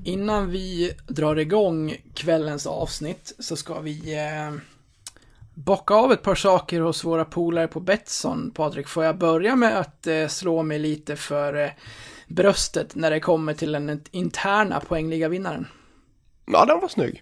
Innan vi drar igång kvällens avsnitt så ska vi bocka av ett par saker hos våra polare på Betsson. Patrik, får jag börja med att slå mig lite för bröstet när det kommer till den interna poängliga vinnaren? Ja, den var snygg.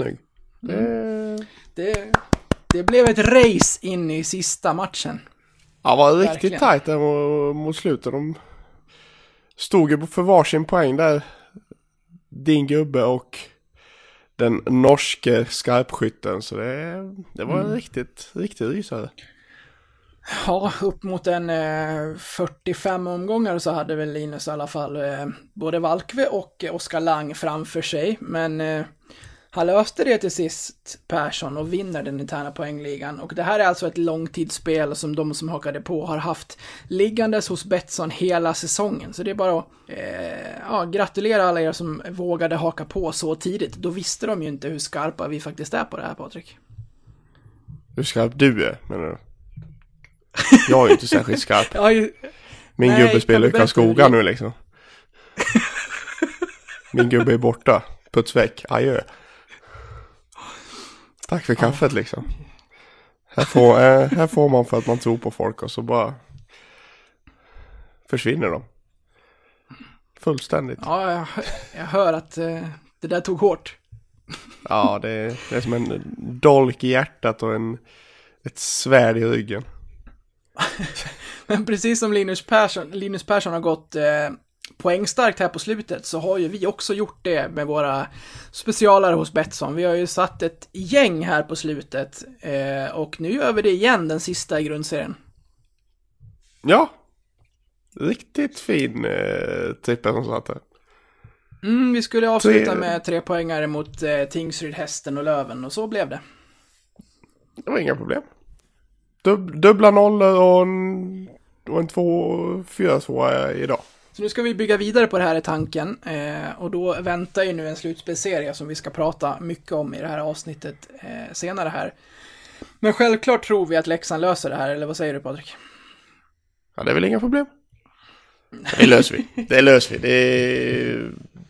Det blev ett race in i sista matchen. Ja, det var Verkligen. Riktigt tajt där mot slutet. De stod ju för varsin poäng där. Din gubbe och den norske skarpskytten. Så det var riktigt rysare. Ja, upp mot en 45 omgångar så hade väl Linus i alla fall både Valkve och Oskar Lang framför sig. Men han löste det till sist, Persson, och vinner den interna poängligan. Och det här är alltså ett långtidsspel som de som hakade på har haft liggandes hos Betsson hela säsongen. Så det är bara att gratulera alla er som vågade haka på så tidigt. Då visste de ju inte hur skarpa vi faktiskt är på det här, Patrik. Hur skarp du är, menar du? Jag är ju inte särskilt skarp. Min gubbe spelar i Karlskoga nu liksom. Min gubbe är borta. Putsväck, adjö. Tack för kaffet liksom. Här får man för att man tror på folk och så bara försvinner de. Fullständigt. Ja, jag hör att det där tog hårt. Ja, det är som en dolk i hjärtat och ett svärd i ryggen. Men precis som Linus Persson har gått poängstarkt här på slutet, så har ju vi också gjort det med våra specialare hos Betsson. Vi har ju satt ett gäng här på slutet och nu gör vi det igen, den sista i grundserien. Ja, riktigt fin trippel som satt här. Vi skulle avsluta med 3 poängare mot Tingsryd, Hästen och Löven, och så blev det. Det var inga problem. Dubbla nollor och en 4-2 idag. Så nu ska vi bygga vidare på det här i tanken, och då väntar ju nu en slutspelserie som vi ska prata mycket om i det här avsnittet senare här. Men självklart tror vi att Leksand löser det här, eller vad säger du, Patrik? Ja, det är väl inga problem. Det löser vi.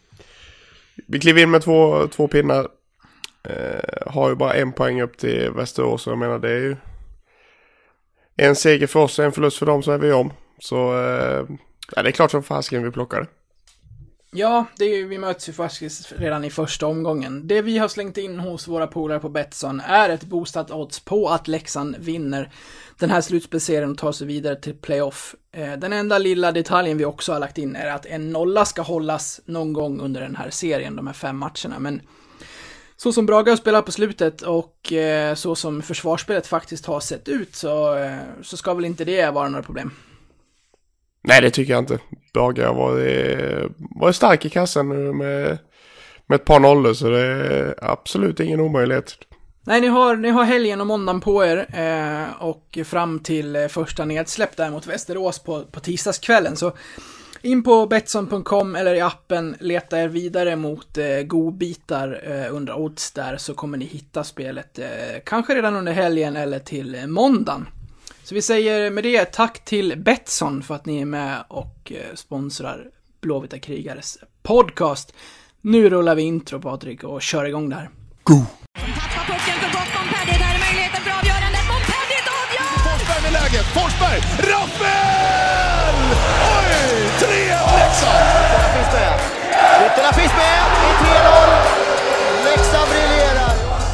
Vi kliver in med två pinnar. Har ju bara 1 poäng upp till Västerås, så jag menar det är ju en seger för oss och en förlust för dem, så är vi om. Så det är klart som fasken vi plockar det. Ja, vi möts ju faktiskt redan i första omgången. Det vi har slängt in hos våra polare på Betsson är ett boostat odds på att Leksand vinner den här slutspelserien och tar sig vidare till playoff. Den enda lilla detaljen vi också har lagt in är att en nolla ska hållas någon gång under den här serien, de här 5 matcherna. Men så som Braga spelar på slutet och så som försvarsspelet faktiskt har sett ut, så ska väl inte det vara några problem. Nej, det tycker jag inte. Braga var stark i kassan nu med ett par nollor, så det är absolut ingen omöjlighet. Nej, ni har helgen och måndagen på er och fram till första nedsläpp där mot Västerås på tisdagskvällen. Så in på Betsson.com eller i appen, leta er vidare mot godbitar under odds där, så kommer ni hitta spelet kanske redan under helgen eller till måndagen. Så vi säger med det tack till Betsson för att ni är med och sponsrar Blåvita Krigares podcast. Nu rullar vi intro, Patrik, och kör igång där. Go! Tappar pucken för gott Montpellier, där är möjligheten för avgörandet. Montpellier avgör! Forsberg med läget, Forsberg! Rappel! Oj! 3-1 Leksand! Ytterna finns med i 3-0. Leksand briljerar.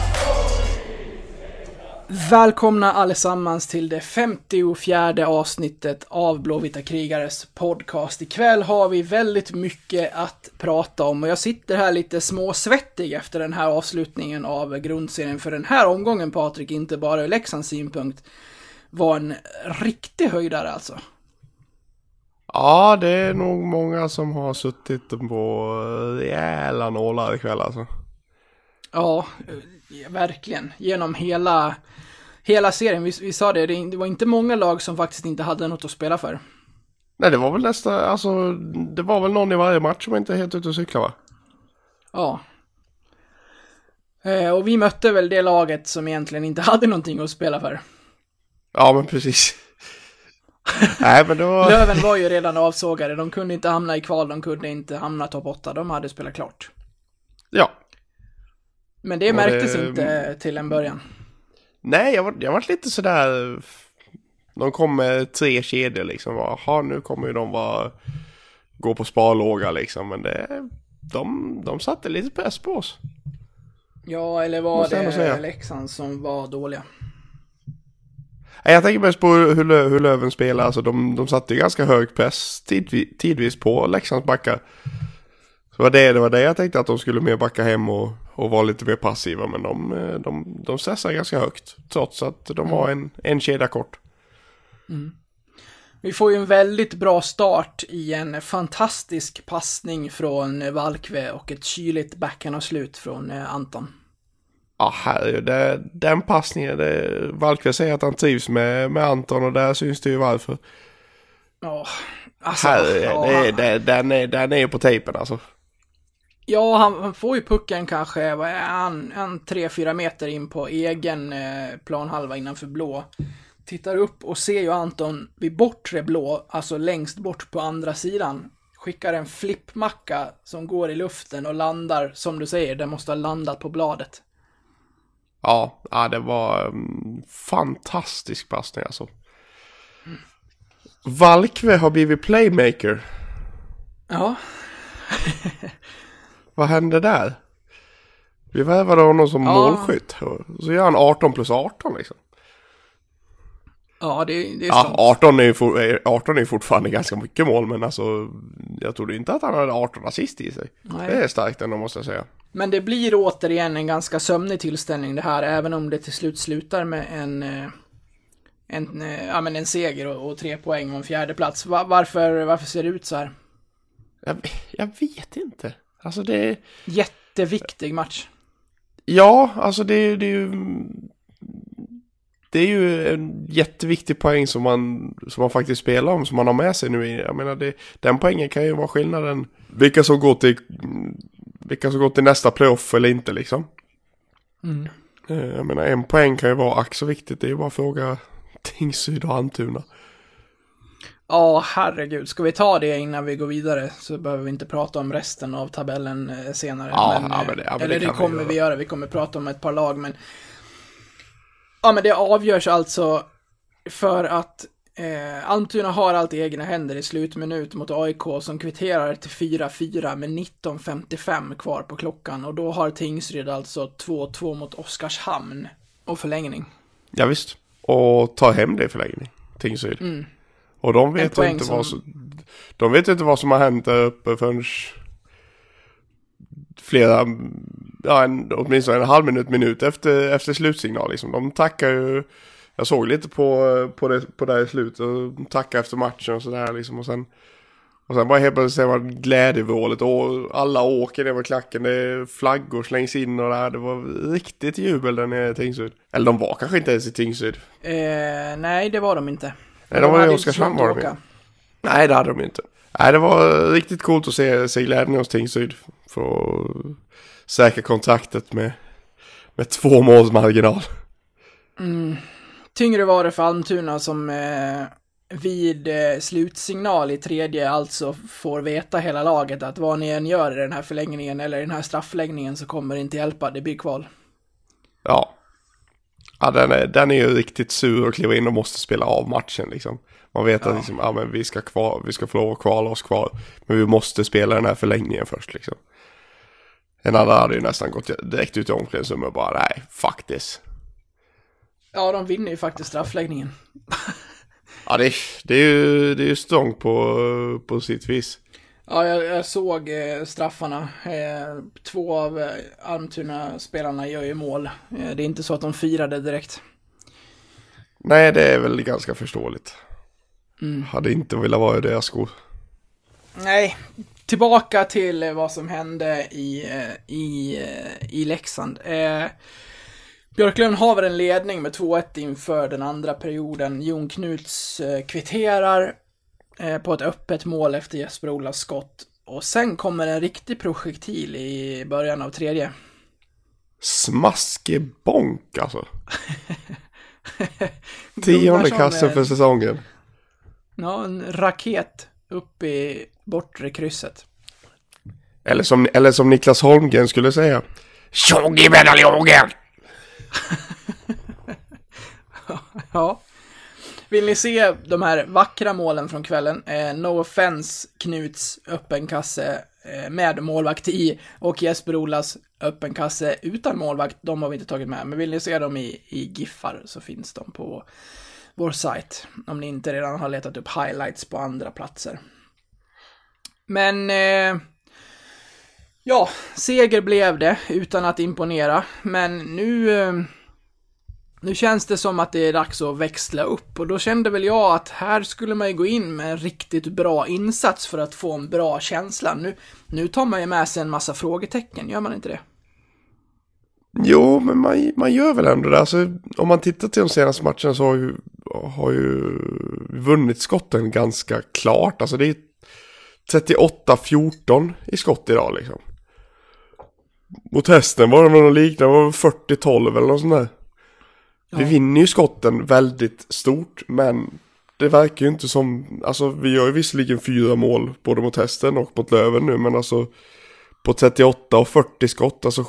Välkomna allesammans till det 54:e avsnittet av Blåvita Krigares podcast. Ikväll har vi väldigt mycket att prata om och jag sitter här lite småsvettig efter den här avslutningen av grundserien, för den här omgången, Patrik, inte bara ur Leksands synpunkt, var en riktig höjdare alltså. Ja, det är nog många som har suttit på rejäla nålar ikväll alltså. Ja, verkligen. Genom hela serien. Vi sa det var inte många lag som faktiskt inte hade något att spela för. Nej, det var väl det var väl någon i varje match som inte är helt ute och cykla, va? Ja. Och vi mötte väl det laget som egentligen inte hade någonting att spela för. Ja, men precis. Nej, men då... Löven var ju redan avsågade. De kunde inte hamna i kval, de kunde inte hamna topp 8. De hade spelat klart. Ja. Men det märktes inte till en början. Nej, jag var lite sådär... De kom med 3 kedjor liksom. Jaha, nu kommer ju de gå på sparlåga liksom. Men de satte lite press på oss. Ja, eller var det Leksand som var dåliga? Jag tänker mest på hur Löven spelar. Alltså de satte ju ganska hög press tidvis på Leksands backar. Så det var det jag tänkte, att de skulle mer backa hem och vara lite mer passiva. Men de stressar ganska högt. Trots att de var en kedja kort. Mm. Vi får ju en väldigt bra start i en fantastisk passning från Valkve och ett kyligt backhand-slut från Anton. Ja, den passningen, Valkve säger att han trivs med Anton, och där syns det ju varför. Ja, alltså, den är ju på tejpen alltså. Ja, han får ju pucken kanske, vad är han 3-4 meter in på egen planhalva innanför blå. Tittar upp och ser ju Anton vid bortre blå, alltså längst bort på andra sidan. Skickar en flippmacka som går i luften och landar, som du säger, den måste ha landat på bladet. Ja, det var fantastisk passning alltså. Valkve har blivit playmaker. Ja. Vad hände där? Vi värvade honom som målskytt. Så gör han 18+18 liksom. Ja, det är ja, 18 är fortfarande ganska mycket mål, men alltså jag trodde inte att han hade 18 assist i sig. Nej. Det är starkt ändå, måste jag säga. Men det blir återigen en ganska sömnig tillställning det här, även om det till slut slutar med en seger och 3 poäng och en 4:e plats. Varför ser det ut så här? Jag vet inte. Alltså det är... Jätteviktig match. Ja, alltså det är ju en jätteviktig poäng som man faktiskt spelar om, som man har med sig nu. Jag menar, den poängen kan ju vara skillnaden. Vilka som går till nästa playoff eller inte liksom. Mm. Jag menar, en poäng kan ju vara ack så viktigt. Det är ju bara fråga Tingsryd och Almtuna. Ja, herregud. Ska vi ta det innan vi går vidare, så behöver vi inte prata om resten av tabellen senare. Det kommer vi göra. Vi kommer prata om ett par lag, men det avgörs alltså för att Almtuna har allt i egna händer i slutminut mot AIK, som kvitterar till 4-4 med 19:55 kvar på klockan. Och då har Tingsryd alltså 2-2 mot Oskarshamn och förlängning. Ja visst. Och ta hem det i förlängning, Tingsryd. Mm. Och de vet inte vad som har hänt där uppe förrän åtminstone en halv minut efter slutsignal liksom. De tackar ju, jag såg lite på det i slutet, och tackar efter matchen och sådär liksom, och sen bara helt plötsligt ser man glädjevrålet och alla åker ner med klacken, det är flaggor slängs in och det var riktigt jubel där nere i Tingsryd. Eller de var kanske inte ens i Tingsryd. Nej, det var de inte. Nej, de var i Oskarshamn var de inte. Nej, det hade de inte. Nej, det var riktigt coolt att se glädjen hos Tingsryd för att säkra kontraktet med 2 måls marginal. Tyngre var det för Almtuna, som vid slutsignal i 3:e alltså får veta hela laget att vad ni än gör i den här förlängningen eller i den här straffläggningen så kommer det inte hjälpa, det blir kval. Ja, den är ju riktigt sur och kliva in och måste spela av matchen liksom. Man vet att liksom, men vi ska få lov att kvala oss kvar, men vi måste spela den här förlängningen först liksom. En annan hade ju nästan gått direkt ut i omklädningsrummet och bara, nej, fuck this. Ja, de vinner ju faktiskt straffläggningen. Ja, det är ju strångt på sitt vis. Ja, jag såg straffarna. 2 av Almtuna-spelarna gör ju mål. Det är inte så att de firade direkt. Nej, det är väl ganska förståeligt. Hade inte velat vara i deras skor. Nej, tillbaka till vad som hände i Leksand. Björklund har väl en ledning med 2-1 inför den andra perioden. Jon Knuts kvitterar på ett öppet mål efter Jesper Olas skott. Och sen kommer en riktig projektil i början av 3:e. Smaskebonk alltså. 10:e kassen för säsongen. Ja, en raket upp i bortre krysset. Eller som Niklas Holmgren skulle säga. Tjog i medaljongen! Ja. Vill ni se de här vackra målen från kvällen? No offense, Knuts öppen kasse med målvakt i och Jesper Olas öppen kasse utan målvakt. De har vi inte tagit med. Men vill ni se dem i giffar så finns de på vår sajt. Om ni inte redan har letat upp highlights på andra platser. Men ja, seger blev det utan att imponera. Men nu känns det som att det är dags att växla upp. Och då kände väl jag att här skulle man ju gå in med en riktigt bra insats för att få en bra känsla. Nu tar man ju med sig en massa frågetecken, gör man inte det? Jo, men man gör väl ändå det. Alltså, om man tittar till de senaste matcherna så har ju vunnit skotten ganska klart. Alltså det är 38-14 i skott idag liksom. Mot Hästen var det någon liknande, det var 40-12 eller något sånt där. Ja. Vi vinner ju skotten väldigt stort, men det verkar ju inte som... Alltså vi gör ju visserligen 4 mål både mot Hästen och mot Löven nu, men alltså på 38 och 40 skott, alltså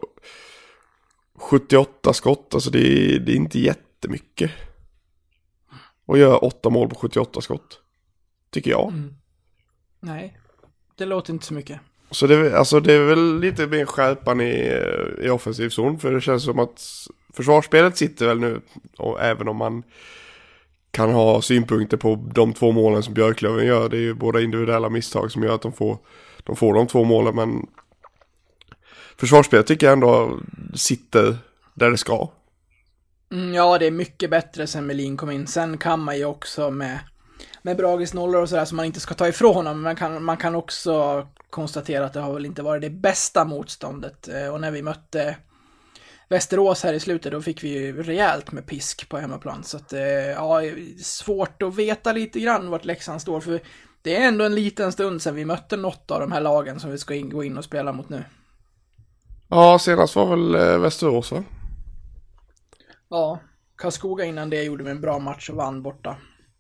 78 skott, alltså det är inte jättemycket. Och göra 8 mål på 78 skott, tycker jag. Nej, det låter inte så mycket. Så det är väl lite mer skärpan i offensiv zon, för det känns som att försvarsspelet sitter väl nu, och även om man kan ha synpunkter på de 2 målen som Björklöven gör, det är ju båda individuella misstag som gör att de får de 2 målen, men försvarsspelet tycker jag ändå sitter där det ska. Ja, det är mycket bättre sen Melin kom in. Sen kan man ju också med Brages nollor och sådär som man inte ska ta ifrån honom, men man kan också konstatera att det har väl inte varit det bästa motståndet. Och när vi mötte Västerås här i slutet, då fick vi ju rejält med pisk på hemmaplan. Så att ja, svårt att veta lite grann vart Leksand står, för det är ändå en liten stund sedan vi mötte något av de här lagen som vi ska gå in och spela mot nu. Ja, senast var väl Västerås, va? Ja, Karlskoga innan det gjorde vi en bra match och vann borta.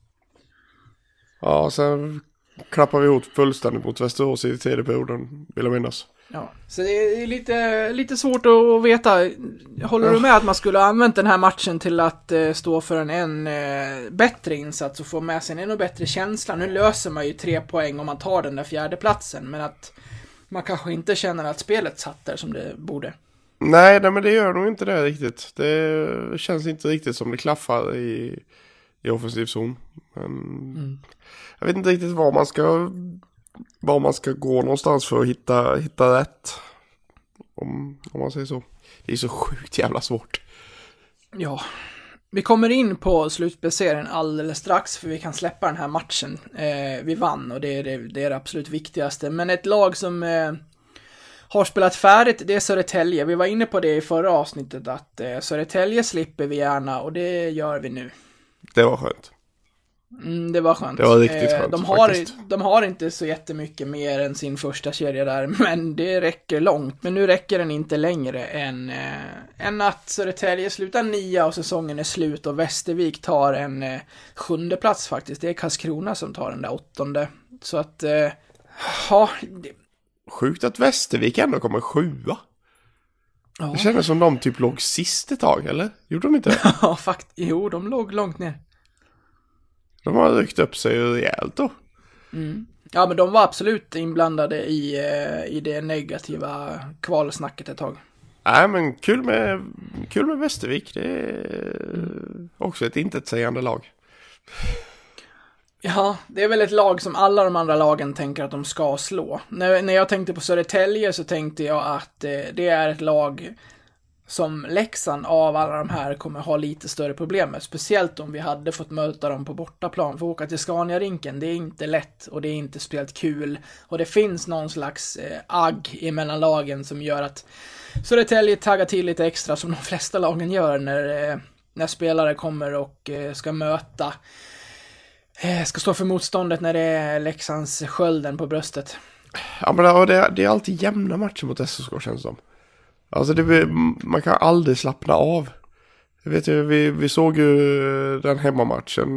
Ja, sen klappar vi ihop fullständigt mot Västerås i tredje perioden, vill jag minnas. Ja, så det är lite svårt att veta. Håller du med att man skulle ha använt den här matchen till att stå för en bättre insats och få med sig en ännu bättre känsla? Nu löser man ju 3 poäng om man tar den där 4:e platsen, men att man kanske inte känner att spelet satt där som det borde. Nej, men det gör nog inte det riktigt. Det känns inte riktigt som det klaffar i offensiv zon. Men jag vet inte riktigt var man ska gå någonstans för att hitta rätt. Om man säger så. Det är så sjukt jävla svårt. Ja, vi kommer in på slutspelsserien alldeles strax, för vi kan släppa den här matchen. Vi vann och det är det absolut viktigaste. Men ett lag som har spelat färdigt, det är Södertälje. Vi var inne på det i förra avsnittet att Södertälje slipper vi gärna, och det gör vi nu. Det var skönt. Det var skönt. Det var riktigt skönt, de har inte så jättemycket mer än sin första kedja där, men det räcker långt. Men nu räcker den inte längre än att Södertälje slutar 9 och säsongen är slut och Västervik tar en 7:e plats faktiskt. Det är Karlskrona som tar den där 8:e. Så att ja, sjukt att Västervik ändå kommer 7:a. Ja. Det kändes som de typ låg sist ett tag, eller? Gjorde de inte det? Ja, faktiskt. Jo, de låg långt ner. De har ryckt upp sig rejält då. Ja, men de var absolut inblandade i det negativa kvalsnacket ett tag. Nej, men kul med Västervik. Det är också ett intetsägande lag. Ja, det är väl ett lag som alla de andra lagen tänker att de ska slå. När jag tänkte på Södertälje så tänkte jag att det är ett lag som Leksand av alla de här kommer ha lite större problem med. Speciellt om vi hade fått möta dem på bortaplan. För att åka till Scania-rinken, det är inte lätt och det är inte spelat kul. Och det finns någon slags agg emellan lagen som gör att Södertälje taggar till lite extra, som de flesta lagen gör när spelare kommer och ska möta, ska stå för motståndet när det är Leksands skölden på bröstet. Ja, men det är alltid jämna matcher mot SSK, känns som. Alltså man kan aldrig slappna av. Jag vet ju, vi såg ju den hemmamatchen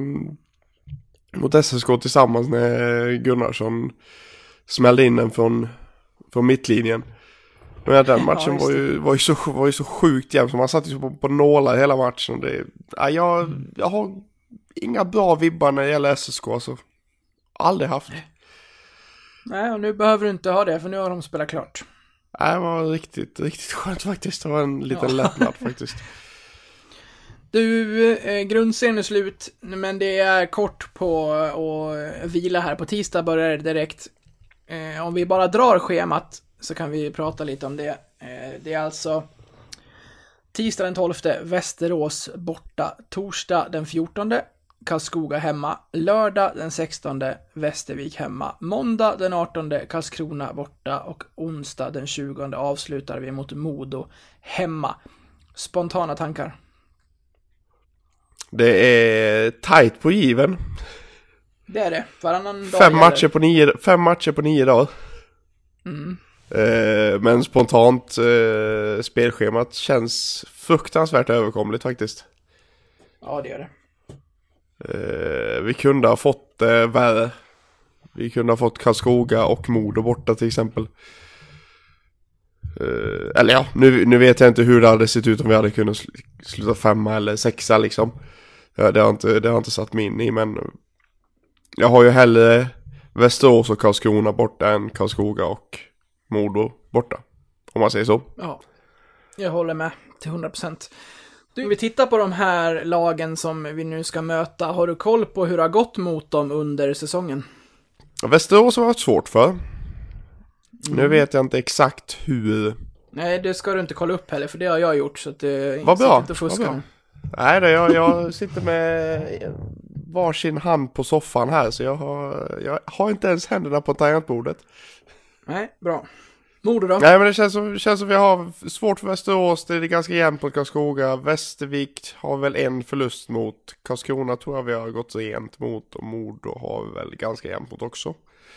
mot SSK tillsammans när Gunnarsson smällde in den från från mittlinjen. Men den matchen var ju så sjukt jämn, så man satt ju på nålar hela matchen. Jag har inga bra vibbar när det gäller SSK, så aldrig haft. Nej, och nu behöver du inte ha det, för nu har de spelat klart. Nej, det var riktigt, riktigt skönt faktiskt. Det var en liten lättnad faktiskt. Du, grundserien är slut, men det är kort på att vila här. På tisdag börjar det direkt. Om vi bara drar schemat så kan vi prata lite om det. Det är alltså tisdag den 12, Västerås borta. Torsdag den 14, Karlskoga hemma. Lördag den 16, Västervik hemma. Måndag den 18, Karlskrona borta. Och onsdag den 20 avslutar vi mot Modo hemma. Spontana tankar? Det är tajt på given. Det är det. Varannan dag. 5 matcher på 9 dagar. Men spontant spelschemat känns fruktansvärt överkomligt faktiskt. Ja, det gör det. Vi kunde ha fått värre. Vi kunde ha fått Karlskoga och Modo borta till exempel. Eller ja, nu vet jag inte hur det hade sett ut om vi hade kunnat sluta 5 eller 6 liksom. Det har inte satt mig in i, men jag har ju hellre Västerås och Karlskrona borta än Karlskoga och Modo borta, om man säger så. Ja, jag håller med till 100%. Du, vi tittar på de här lagen som vi nu ska möta. Har du koll på hur det har gått mot dem under säsongen? Västerås har varit svårt för. Nu vet jag inte exakt hur. Nej, det ska du inte kolla upp heller, för det har jag gjort, så att det vad bra, inte fuska. vad bra. Nej, jag sitter med varsin hand på soffan här, så jag har inte ens händerna på tangentbordet. Nej, bra. Modo då? Nej, men det känns som vi har svårt för Västerås. Det är ganska jämnt mot Karlskoga. Västervik har väl en förlust mot. Karlskrona tror jag vi har gått rent mot. Och Modo har vi väl ganska jämnt mot också.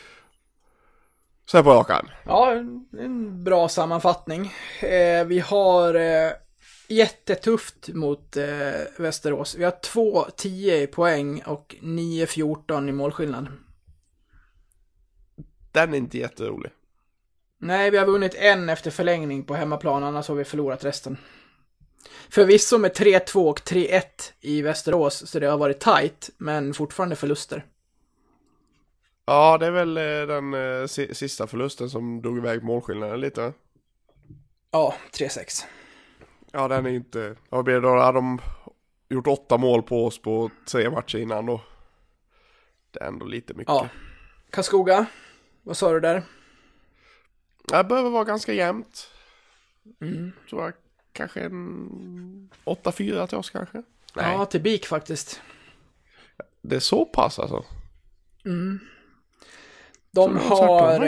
Så här på rakan. Ja, en bra sammanfattning. Vi har jättetufft mot Västerås. Vi har 2-10 i poäng och 9-14 i målskillnad. Den är inte jätterolig. Nej, vi har vunnit en efter förlängning på hemmaplan, annars har vi förlorat resten. Förvisso med 3-2 och 3-1 i Västerås, så det har varit tight, men fortfarande förluster. Ja, det är väl den sista förlusten som drog iväg målskillnaden lite. Ja, 3-6. Ja, den är inte. Vad blir det då? Hade de gjort 8 mål på oss på 3 matcher innan då? Det är ändå lite mycket. Ja. Karlskoga, vad sa du där? Det behöver vara ganska jämnt. Tror jag kanske en 8-4 till oss kanske. Nej. Ja, till BIK faktiskt. Det är så pass alltså. De har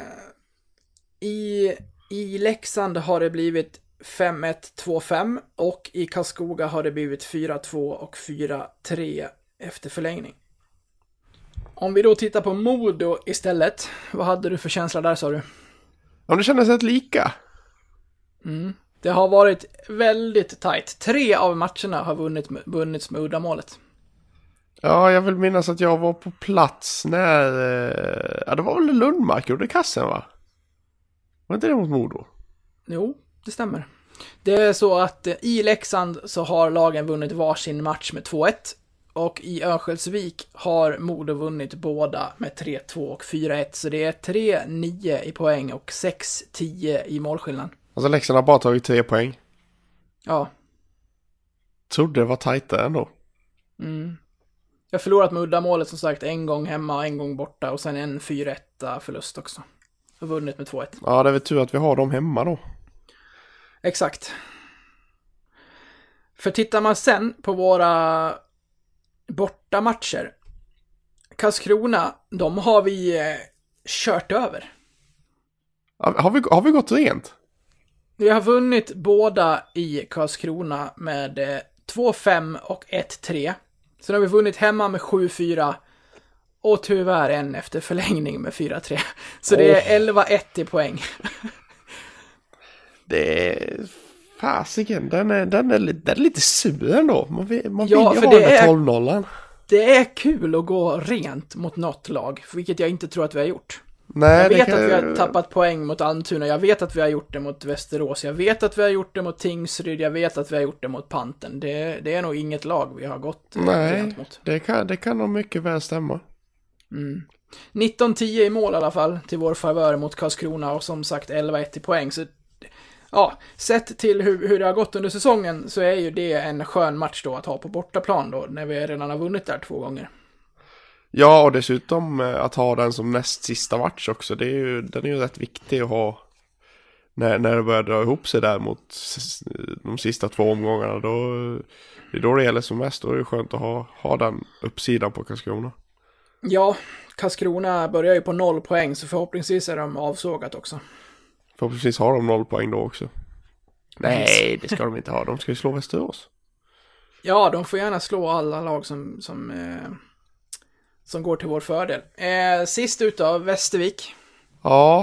i Leksand har det blivit 5-1, 2-5 och i Karlskoga har det blivit 4-2 och 4-3 efter förlängning. Om vi då tittar på Modo istället, vad hade du för känsla där, sa du? Om det kändes rätt lika. Det har varit väldigt tajt. 3 av matcherna har vunnits med uddamålet. Ja, jag vill minnas att jag var på plats när... Ja, det var väl Lundmark gjorde kassen, va? Var inte det mot Modo? Jo, det stämmer. Det är så att i Leksand så har lagen vunnit varsin match med 2-1. Och i Örnsköldsvik har Modo vunnit båda med 3-2 och 4-1. Så det är 3-9 i poäng och 6-10 i målskillnad. Alltså Leksand har bara tagit 3 poäng. Ja. Trodde det var tajtare ändå. Jag har förlorat med uddamålet som sagt en gång hemma och en gång borta. Och sen en 4-1 förlust också. Och vunnit med 2-1. Ja, det är väl tur att vi har dem hemma då. Exakt. För tittar man sen på våra bortamatcher. Karlskrona, de har vi kört över. Har vi gått rent? Vi har vunnit båda i Karlskrona med 2-5 och 1-3. Sen har vi vunnit hemma med 7-4 och tyvärr en efter förlängning med 4-3. Så det är 11-1 i poäng. Det är fasiken. Den är lite sur ändå. Man vill ju Ja, för ha den där 12-0. Det är kul att gå rent mot något lag, vilket jag inte tror att vi har gjort. Nej, Jag vet att vi har tappat poäng mot Almtuna, jag vet att vi har gjort det mot Västerås, jag vet att vi har gjort det mot Tingsryd, jag vet att vi har gjort det mot Panten. Det är nog inget lag vi har gått rent mot. Det kan nog mycket väl stämma. 19-10 i mål i alla fall till vår favör mot Karlskrona och som sagt 11-1 i poäng. Så ja, sett till hur det har gått under säsongen så är ju det en skön match då att ha på bortaplan då när vi redan har vunnit där 2 gånger. Ja, och dessutom att ha den som näst sista match också. Den är ju rätt viktig att ha när det börjar dra ihop sig där mot de sista 2 omgångarna. Det är då det gäller som mest. Då är det skönt att ha den uppsidan på Karlskrona. Ja, Karlskrona börjar ju på 0 poäng så förhoppningsvis är de avsågat också. Förhoppningsvis har de 0 poäng då också. Nej, det ska de inte ha. De ska ju slå Västerås. Ja, de får gärna slå alla lag som går till vår fördel. Sist ut av Västervik. Ja.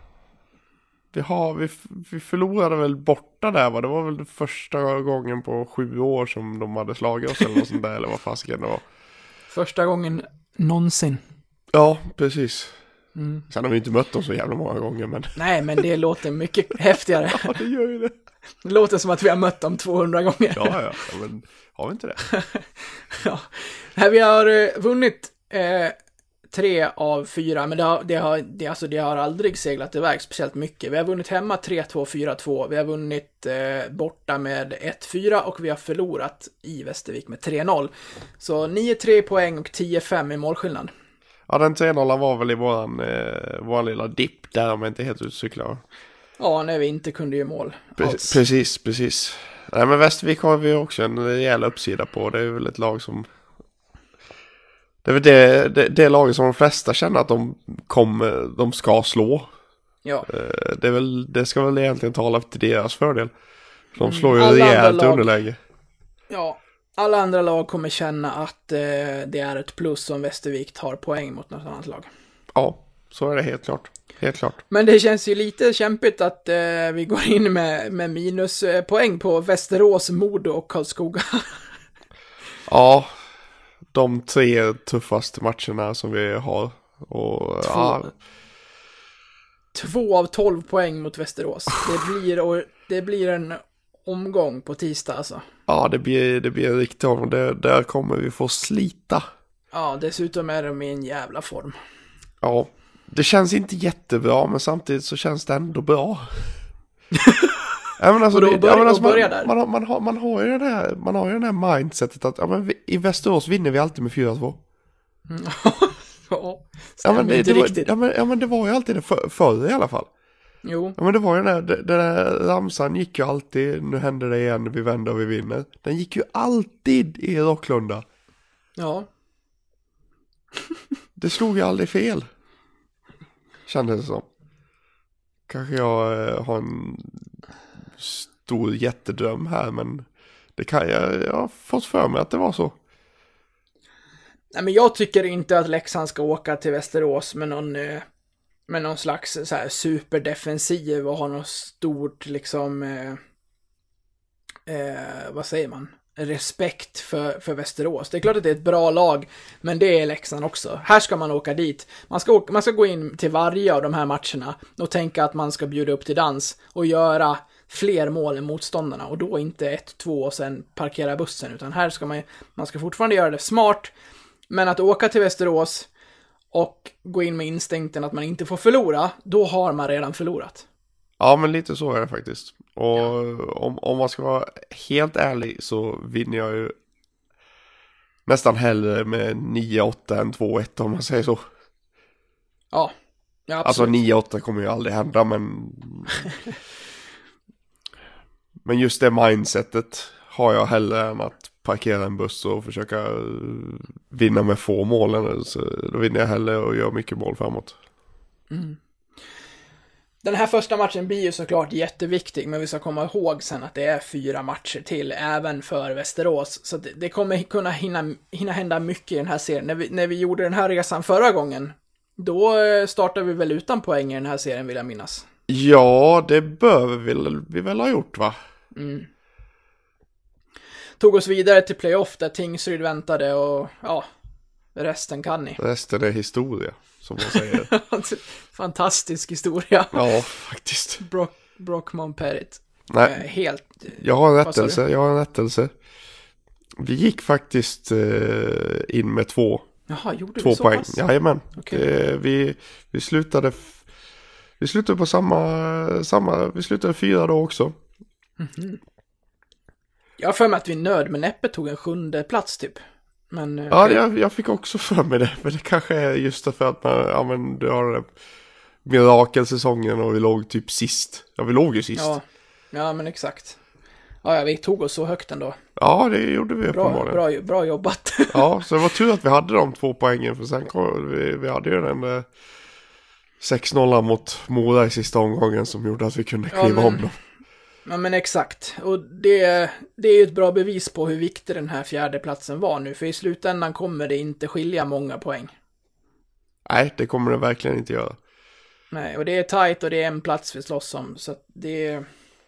Vi förlorade väl borta där, va? Det var väl första gången på 7 år som de hade slagit oss eller något sånt där, eller vad fasiken det var. Första gången någonsin. Ja, precis. Sen har vi inte mött dem så jävla många gånger, men... Nej, men det låter mycket häftigare. Ja, det gör ju det. Det låter som att vi har mött dem 200 gånger. Ja, men har vi inte det? Ja. Här vi har vunnit 3 av 4, men det har aldrig seglat iväg speciellt mycket. Vi har vunnit hemma 3-2, 4-2. Vi har vunnit borta med 1-4 och vi har förlorat i Västervik med 3-0. Så 9-3 poäng och 10-5 i målskillnad. Ja, den 3-0 var väl i våran lilla dipp där, om jag inte helt utcyklar. Ja, när vi inte kunde göra mål. Precis. Nej, men Västervik har vi också en rejäl uppsida på. Det är väl ett lag som... Det är väl det laget som de flesta känner att de ska slå. Ja. Det ska väl egentligen tala till deras fördel. De slår ju rejält underläge. Ja, alla andra lag kommer känna att det är ett plus om Västervik tar poäng mot något annat lag. Ja, så är det helt klart. Helt klart. Men det känns ju lite kämpigt att vi går in med minuspoäng på Västerås, Modo och Karlskoga. Ja, de 3 tuffaste matcherna som vi har. Och, 2 av 12 poäng mot Västerås. Det blir en omgång på tisdag alltså. Ja, det blir en riktig omgång. Där kommer vi få slita. Ja, dessutom är de i en jävla form. Ja, det känns inte jättebra, men samtidigt så känns det ändå bra. Man har ju det här mindsetet att i Västerås vinner vi alltid med 4-2. Men det var ju alltid det förr i alla fall. Jo. Ja, men det var ju den där ramsan gick ju alltid, nu händer det igen, vi vänder och vi vinner. Den gick ju alltid i Rocklunda. Ja. Det slog ju aldrig fel. Kändes det som. Kanske jag har en stor jättedröm här, men det kan jag har fått för mig att det var så. Nej, men jag tycker inte att Leksand ska åka till Västerås med någon slags så här superdefensiv och ha något stort liksom vad säger man? Respekt för Västerås. Det är klart att det är ett bra lag, men det är Leksand också. Här ska man åka dit. Man ska gå in till varje av de här matcherna och tänka att man ska bjuda upp till dans och göra fler mål än motståndarna, och då inte 1-2 och sen parkera bussen, utan här ska man ska fortfarande göra det smart, men att åka till Västerås och gå in med instinkten att man inte får förlora, då har man redan förlorat. Ja, men lite så är det faktiskt. Och om man ska vara helt ärlig så vinner jag ju nästan hellre med 9-8 än 2-1, om man säger så. Ja, absolut. Alltså 9-8 kommer ju aldrig hända, men just det mindsetet har jag hellre än att parkera en buss och försöka vinna med få mål. Så då vinner jag hellre och gör mycket mål framåt. Mm. Den här första matchen blir ju såklart jätteviktig, men vi ska komma ihåg sen att det är 4 matcher till även för Västerås, så det kommer kunna hinna hända mycket i den här serien. När vi gjorde den här resan förra gången, då startade vi väl utan poäng i den här serien, vill jag minnas. Ja, det bör vi väl ha gjort, va? Mm. Tog oss vidare till playoff där Tingsryd väntade och ja, resten kan ni. Resten är historia. som man säger. Fantastisk historia. Ja, faktiskt. Brockman Pettit. Nej, Helt... jag har en rättelse. Vi gick faktiskt in med två poäng. Pass? Jajamän. Okay. Vi slutade på samma vi slutade 4 då också. Mm-hmm. Jag har för mig att vi nöd med näppe tog en 7:e plats typ. Men, ja, jag fick också för mig det. Men det kanske är just för att du har den mirakelsäsongen och vi låg typ sist. Ja, vi låg ju sist. Ja, men exakt. Ja, vi tog oss så högt ändå. Ja, det gjorde vi uppenbarligen. Bra jobbat. Ja, så det var tur att vi hade de 2 poängen. För sen vi hade ju den 6-0 mot Mora i sista omgången som gjorde att vi kunde kliva om dem. Ja, men exakt. Och det är ju ett bra bevis på hur viktig den här 4:e platsen var nu. För i slutändan kommer det inte skilja många poäng. Nej, det kommer det verkligen inte göra. Nej, och det är tajt och det är en plats vi slåss om. Så att det är...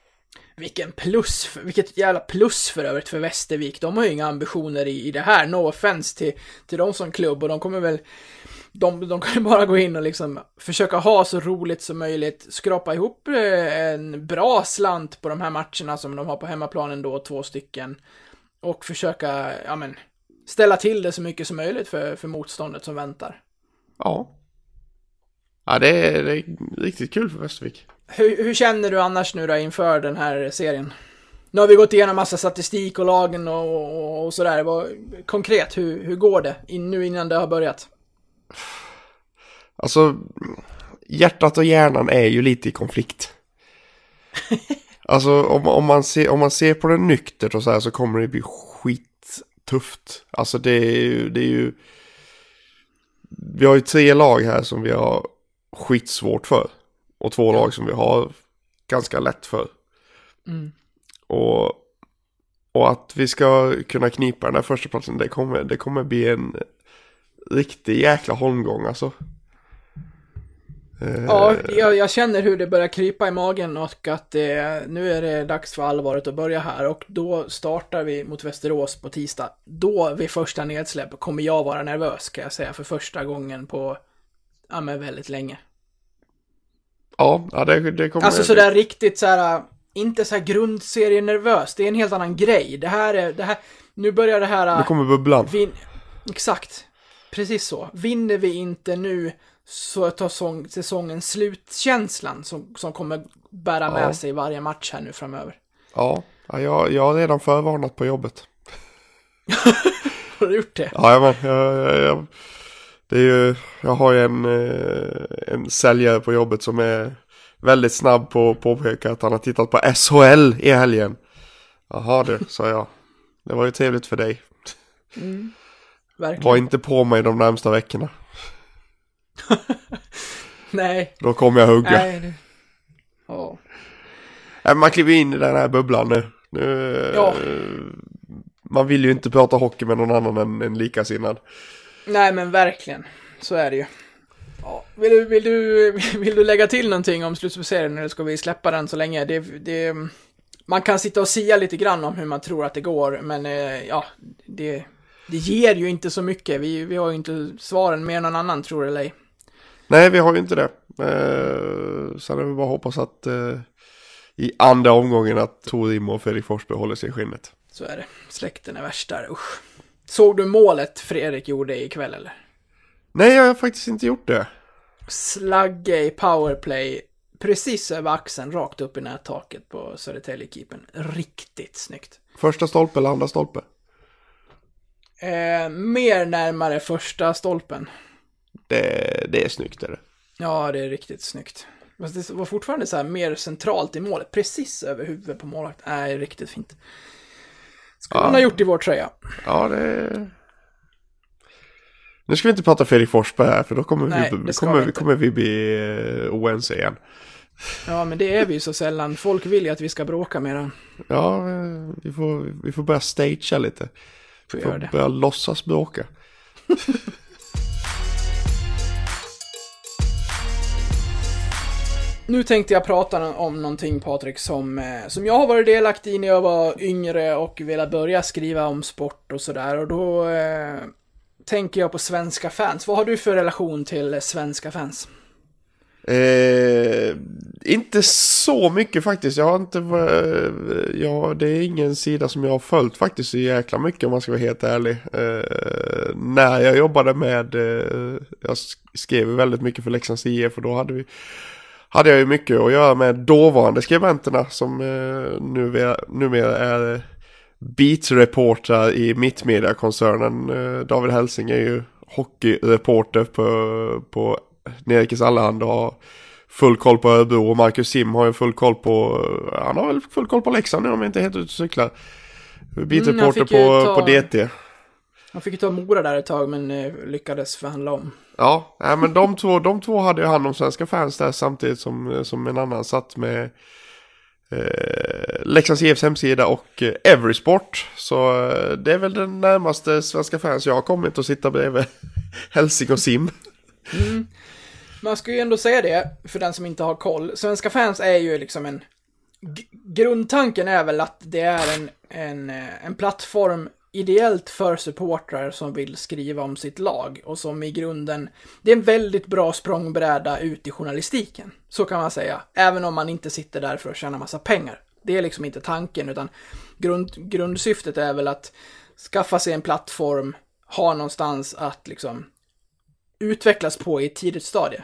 Vilket jävla plus för övrigt för Västervik. De har ju inga ambitioner i det här. No offense till dem som klubb. Och de kommer väl... De kan ju bara gå in och liksom försöka ha så roligt som möjligt. Skrapa ihop en bra slant på de här matcherna som de har på hemmaplanen då, 2 stycken. Och försöka, ställa till det så mycket som möjligt för motståndet som väntar. Ja. Ja, det är riktigt kul för Västervik. Hur känner du annars nu då inför den här serien? Nu har vi gått igenom massa statistik och lagen och sådär. Konkret, hur går det nu innan det har börjat? Alltså, hjärtat och hjärnan är ju lite i konflikt. Alltså, om man ser på det nyktert och så här, så kommer det bli skittufft. Alltså, det är ju... Vi har ju 3 lag här som vi har skitsvårt för. Och 2 lag som vi har ganska lätt för. Mm. Och att vi ska kunna knipa den här första platsen, det kommer bli en riktig jäkla holmgång alltså. Ja, jag känner hur det börjar krypa i magen och att nu är det dags för allvaret att börja här. Och då startar vi mot Västerås på tisdag. Då vid första nedsläpp kommer jag vara nervös, kan jag säga, för första gången på väldigt länge. Ja, det kommer... Alltså sådär riktigt såhär, inte såhär grundserie nervös. Det är en helt annan grej. Det här nu börjar det här... Nu kommer bubblan. Exakt. Precis så. Vinner vi inte nu så tar säsongen slutkänslan som kommer bära med sig varje match här nu framöver. Ja, jag har redan förvarnat på jobbet. Har du gjort det? Ja, men det är ju, jag har ju en säljare på jobbet som är väldigt snabb på att påpeka att han har tittat på SHL i helgen. Jaha du, sa jag. Det var ju trevligt för dig. Verkligen. Var inte på mig de närmsta veckorna. Nej. Då kommer jag hugga. Nej. Ja. Man kliver in i den här bubblan nu. Ja. Man vill ju inte prata hockey med någon annan än likasinnad. Nej, men verkligen. Så är det ju. Ja. Vill du lägga till någonting om slutspelsserien, eller ska vi släppa den så länge? Man kan sitta och sia lite grann om hur man tror att det går, men det ger ju inte så mycket. Vi har ju inte svaren mer än någon annan, tror eller ej. Nej, vi har ju inte det. Sen är vi bara hoppas att i andra omgången att Torim och Fredrik Forsberg håller sig i skinnet. Så är det. Släkten är värst där. Usch. Såg du målet Fredrik gjorde ikväll, eller? Nej, jag har faktiskt inte gjort det. Slagge i powerplay precis över axeln, rakt upp i nättaket på Södertälje-keepern. Riktigt snyggt. Första stolpe eller andra stolpe? Mer närmare första stolpen. Det är snyggt, är det. Ja, det är riktigt snyggt. Men det var fortfarande så här mer centralt i målet. Precis över huvudet på målvakt. Nej, riktigt fint. Skulle man ha gjort i vår tröja. Ja, det... Nu ska vi inte prata Fredrik Forsberg här, för då kommer vi bli oense igen. Ja, men det är vi ju så sällan. Folk vill ju att vi ska bråka med den. Ja, vi får börja stagea lite. Vi får börja låtsas bråka. Nu tänkte jag prata om någonting, Patrik, som jag har varit delaktig i när jag var yngre och ville börja skriva om sport och sådär. Och då tänker jag på svenska fans. Vad har du för relation till svenska fans? Inte så mycket faktiskt. Jag har inte det är ingen sida som jag har följt faktiskt så jäkla mycket om man ska vara helt ärlig. När jag jobbade med jag skrev väldigt mycket för Leksands IF och då hade jag ju mycket att göra med dåvarande skribenterna som numera är beatreportrar i Mittmedia-koncernen. David Helsing är ju hockeyreporter på Nerikes Allehand och har full koll på Örebro och Marcus Sim har ju full koll på Leksand nu om jag inte är helt ute och cyklar. Beatreporter på DT. Han fick ju ta Mora där ett tag men lyckades förhandla om. Ja, men de två hade ju hand om svenska fans där samtidigt som en annan satt med Leksands IFs hemsida och Everysport. Så det är väl den närmaste svenska fans jag har kommit att sitta bredvid Helsing och Sim. Man ska ju ändå säga det för den som inte har koll. Svenska fans är ju liksom grundtanken är väl att det är en plattform ideellt för supportrar som vill skriva om sitt lag och som i grunden, det är en väldigt bra språngbräda ut i journalistiken. Så kan man säga. Även om man inte sitter där för att tjäna massa pengar. Det är liksom inte tanken utan grundsyftet är väl att skaffa sig en plattform, ha någonstans att liksom utvecklas på i ett tidigt stadie.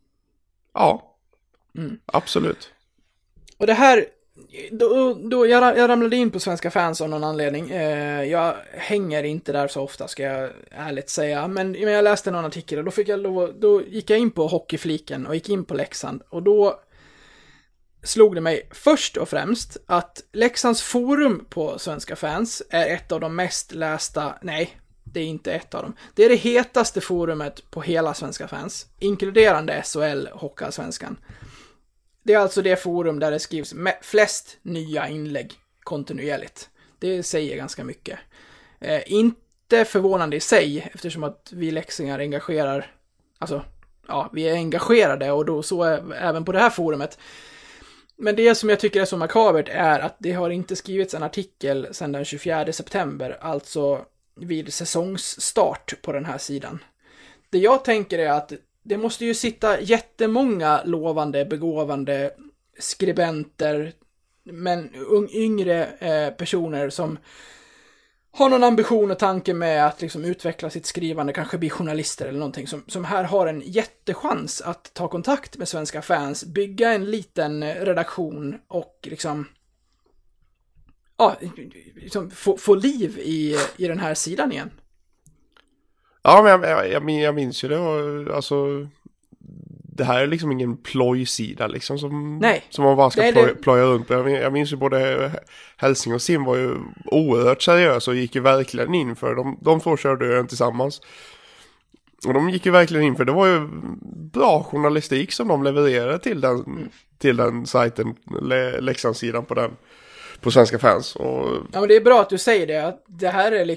Ja, absolut. Och det här, då jag ramlade in på svenska fans av någon anledning. Jag hänger inte där så ofta ska jag ärligt säga. Men jag läste någon artikel och då gick jag in på hockeyfliken och gick in på Leksand. Och då slog det mig först och främst att Leksands forum på svenska fans är ett av de mest lästa, nej, det är inte ett av dem. Det är det hetaste forumet på hela svenska fans, inkluderande SHL Hockeyallsvenskan. Det är alltså det forum där det skrivs flest nya inlägg kontinuerligt. Det säger ganska mycket. Inte förvånande i sig, eftersom att vi leksingar engagerar, alltså, ja, vi är engagerade och då så är även på det här forumet. Men det som jag tycker är så makabert är att det har inte skrivits en artikel sedan den 24 september, alltså vid säsongsstart på den här sidan. Det jag tänker är att det måste ju sitta jättemånga lovande, begåvande skribenter, men yngre personer som har någon ambition och tanke med att liksom utveckla sitt skrivande, kanske bli journalister eller någonting, som här har en jättechans att ta kontakt med svenska fans, bygga en liten redaktion och liksom få liv i den här sidan igen. Ja, men jag minns ju det. Och, alltså, det här är liksom ingen plojsida liksom som man bara ska ploja runt på. Jag minns ju både Helsing och Sim var ju oerhört seriösa och gick ju verkligen in för de två körde ju tillsammans. Och de gick ju verkligen in för det var ju bra journalistik som de levererade till den sajten, Leksandssidan på svenska fans. Och ja, men det är bra att du säger det. Att det här är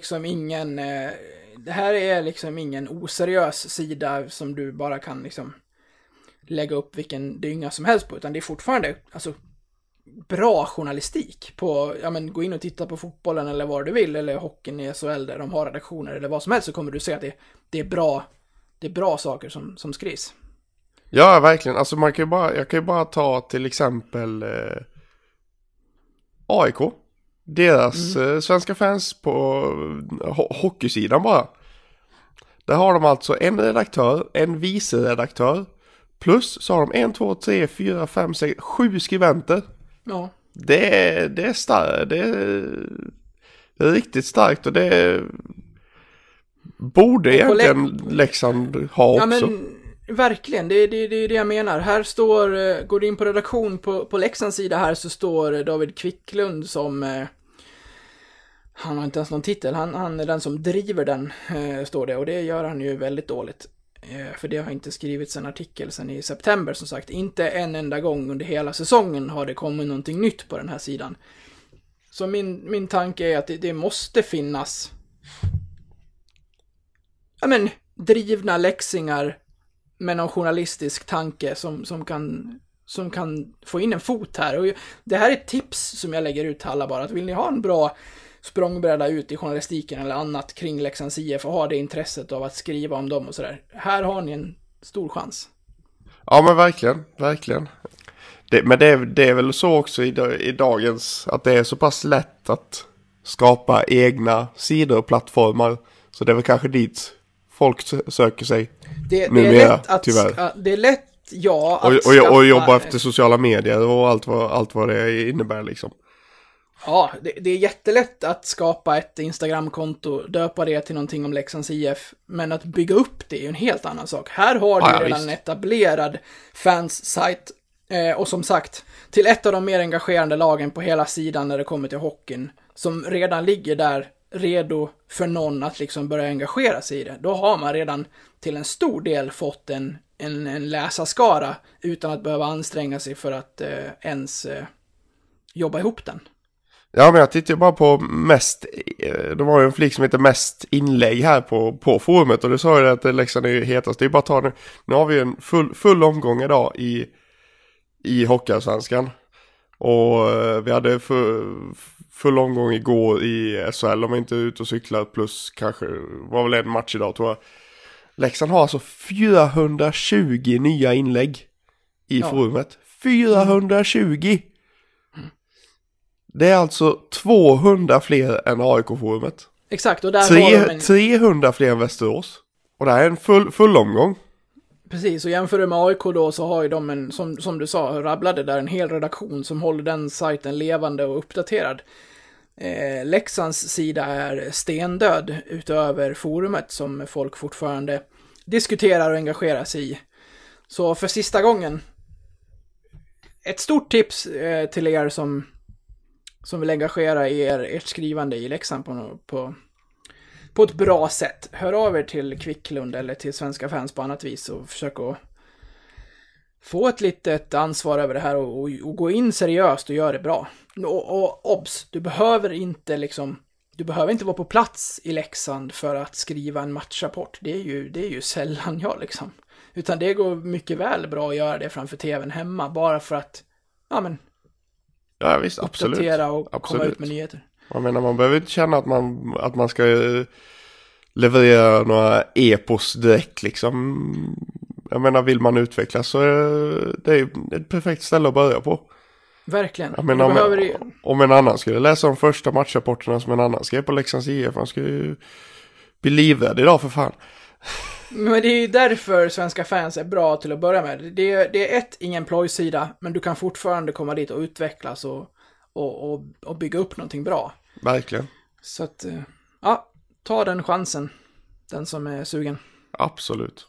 liksom ingen oseriös sida som du bara kan liksom lägga upp vilken dynga som helst på, utan det är fortfarande alltså bra journalistik på, ja men gå in och titta på fotbollen eller vad du vill, eller hockeyn i SHL där de har redaktioner eller vad som helst, så kommer du se att det är bra saker som skrivs. Ja, verkligen. Alltså jag kan ju bara ta till exempel AIK. Deras svenska fans på hockeysidan bara. Där har de alltså en redaktör, en vice-redaktör, plus så har de 1, 2, 3, 4, 5, 6, 7 skribenter. Ja. Det är starkt. Det är riktigt starkt och det borde egentligen Leksand ha också. Ja, men verkligen, det är det jag menar. Här går du in på redaktion på Leksands sida här, så står David Kvicklund som han har inte ens någon titel, han är den som driver den, står det, och det gör han ju väldigt dåligt. För det har inte skrivits en artikel sedan i september, som sagt. Inte en enda gång under hela säsongen har det kommit någonting nytt på den här sidan. Så min tanke är att det måste finnas drivna leksingar med någon journalistisk tanke som kan få in en fot här. Och det här är ett tips som jag lägger ut till alla bara, att vill ni ha en bra språngbräda ut i journalistiken eller annat kring Leksands IF och har det intresset av att skriva om dem och sådär. Här har ni en stor chans. Ja, men verkligen. Men det är väl så också i dagens, att det är så pass lätt att skapa egna sidor och plattformar. Så det är väl kanske dit folk söker sig. Det är numera, lätt att, tyvärr. det är lätt, ja, att och jobba efter sociala medier och allt vad det innebär liksom. Ja, det är jättelätt att skapa ett Instagram-konto, döpa det till någonting om Leksands IF, men att bygga upp det är ju en helt annan sak. Här har du redan en etablerad fans-sajt, och som sagt, till ett av de mer engagerande lagen på hela sidan när det kommer till hockeyn, som redan ligger där redo för någon att liksom börja engagera sig i det. Då har man redan till en stor del fått en läsarskara utan att behöva anstränga sig för att ens jobba ihop den. Ja, men jag tittar ju bara på det var ju en flik som heter mest inlägg här på forumet, och det sa ju att Leksand är hetast. Det är bara att ta nu har vi en full omgång idag i Hockeyallsvenskan, och vi hade full omgång igår i SHL, om jag inte är ute och cyklar, plus kanske var väl en match idag tror jag. Leksand har alltså 420 nya inlägg i forumet. 420! Det är alltså 200 fler än AIK-forumet. Exakt, och där har de 300 fler än Västerås. Och det här är en full omgång. Precis, och jämför du med AIK då, så har ju de som du sa, rabblade där, en hel redaktion som håller den sajten levande och uppdaterad. Leksands sida är stendöd utöver forumet som folk fortfarande diskuterar och engagerar sig i. Så för sista gången, ett stort tips till er som vill engagera ert skrivande i Leksand på ett bra sätt. Hör av er till Kvicklund eller till Svenska Fans på annat vis och försök att få ett litet ansvar över det här och gå in seriöst och göra det bra. Och obs, du behöver inte vara på plats i Leksand för att skriva en matchrapport. Det är ju sällan jag liksom. Utan det går mycket väl bra att göra det framför tvn hemma, bara för att ja, visst, absolut. Uppdatera och komma ut med nyheter. Jag menar, man behöver inte känna att man ska leverera några epos direkt liksom. Jag menar, vill man utvecklas så är det ett perfekt ställe att börja på. Verkligen. Jag menar, om en annan skulle läsa de första matchrapporterna som en annan skrev på Leksands IF, man skulle ju bli livrädd idag för fan. Men det är ju därför Svenska Fans är bra till att börja med. Det är ingen plojsida, men du kan fortfarande komma dit och utvecklas och bygga upp någonting bra. Verkligen. Så att, ja, ta den chansen. Den som är sugen. Absolut.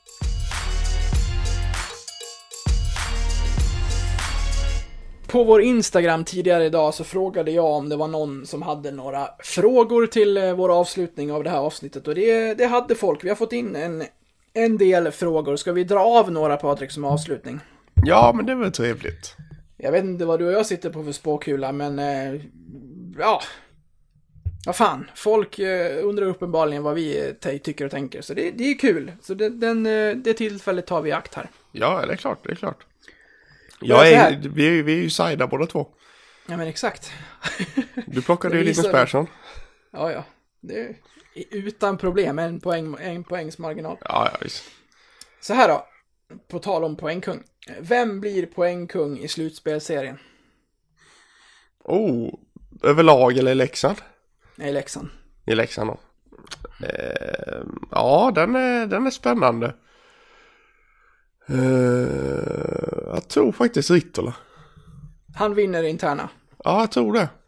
På vår Instagram tidigare idag så frågade jag om det var någon som hade några frågor till vår avslutning av det här avsnittet. Och det hade folk. Vi har fått in en del frågor. Ska vi dra av några, Patrik, som avslutning? Ja, men det var trevligt. Jag vet inte vad du och jag sitter på för spåkula, men ja, vad fan. Folk undrar uppenbarligen vad vi tycker och tänker. Så det är kul. Så det tillfället tar vi i akt här. Ja, det är klart. Vi är ju sajda båda två. Ja, men exakt. Du plockade ju Linus Persson. Ja. Det är utan problem. En poängs marginal. Ja, visst. Så här då. På tal om poängkung. Vem blir poängkung i slutspelserien? Överlag eller i Leksand? Nej, Leksand. I Leksand då. Ja, den är spännande. Jag tror faktiskt Rittola. Han vinner interna. Ja, jag tror det.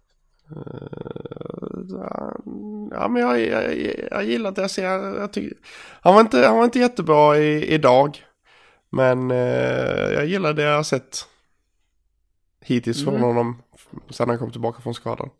Ja, men jag gillar det jag ser. Han var inte jättebra idag. Men jag gillar det jag har sett hittills från honom sedan han kom tillbaka från skadan.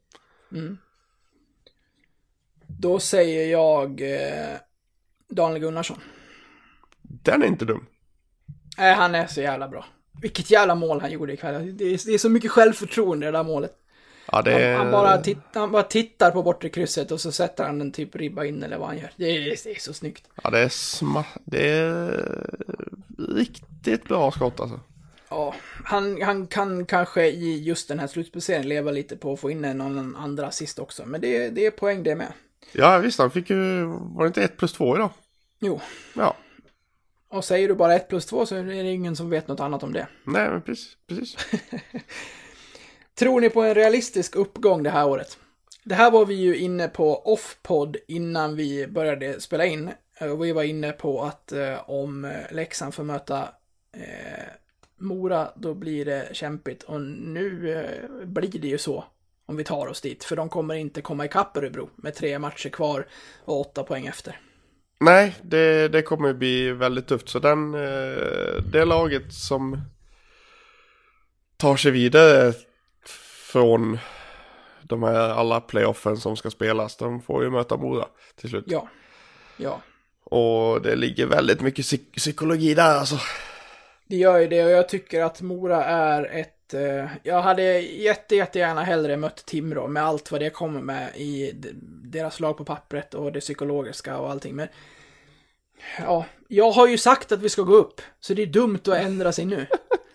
Då säger jag Daniel Gunnarsson. Den är inte dum. Nej, han är så jävla bra. Vilket jävla mål han gjorde ikväll. Det är så mycket självförtroende det där målet. Ja, han bara tittar på bortre krysset och så sätter han en typ ribba in eller vad han gör. Det är så snyggt. Ja, det är riktigt bra skott alltså. Ja, han kan kanske i just den här slutspecieringen leva lite på att få in någon andra assist också. Men det är poäng det med. Ja, visst, han fick ju... Var det inte 1+2 idag? Jo. Ja. Och säger du bara 1+2 så är det ingen som vet något annat om det. Nej, men precis. Tror ni på en realistisk uppgång det här året? Det här var vi ju inne på off-podd innan vi började spela in. Och vi var inne på att om Leksand får möta Mora, då blir det kämpigt. Och nu blir det ju så om vi tar oss dit. För de kommer inte komma ikapp Örebro med 3 matcher kvar och 8 poäng efter. Nej, det kommer bli väldigt tufft. Så det laget som tar sig vidare från de här alla playoffen som ska spelas, de får ju möta Mora till slut. Ja. Och det ligger väldigt mycket psykologi där alltså. Det gör ju det, och jag tycker att Mora är ett... jag hade jättegärna hellre mött Timrå med allt vad det kommer med i deras lag på pappret och det psykologiska och allting. Men ja, jag har ju sagt att vi ska gå upp, så det är dumt att ändra sig nu.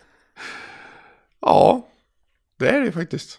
Ja, det är det faktiskt.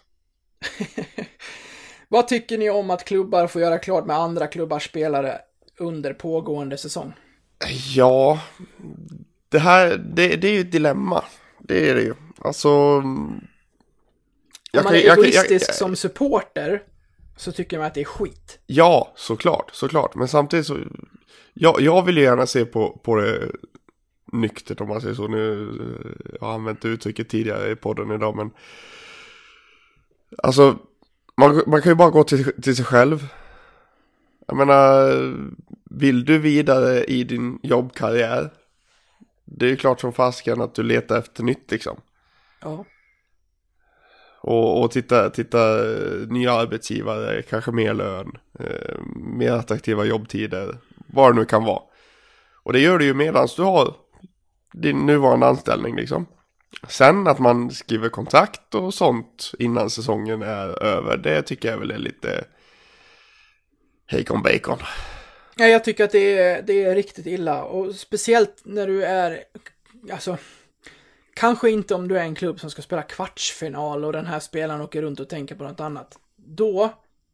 Vad tycker ni om att klubbar får göra klart med andra klubbars spelare under pågående säsong? Ja, det är ju ett dilemma. Det är det ju. Alltså... Om man är egoistisk som supporter så tycker man att det är skit. Ja, såklart. Men samtidigt så... Jag vill ju gärna se på det nyktert, om man säger så. Nu jag har använt uttrycket tidigare i podden idag, men... Alltså, man kan ju bara gå till sig själv. Jag menar, vill du vidare i din jobbkarriär, det är ju klart som fasken att du letar efter nytt liksom. Ja. Och titta nya arbetsgivare, kanske mer lön, mer attraktiva jobbtider, vad det nu kan vara. Och det gör du ju medan du har din nuvarande anställning liksom. Sen att man skriver kontrakt och sånt innan säsongen är över, det tycker jag väl är lite hejkon bacon. Ja, jag tycker att det är riktigt illa. Och speciellt när du är... Alltså, kanske inte om du är en klubb som ska spela kvartsfinal och den här spelaren åker runt och tänker på något annat. Då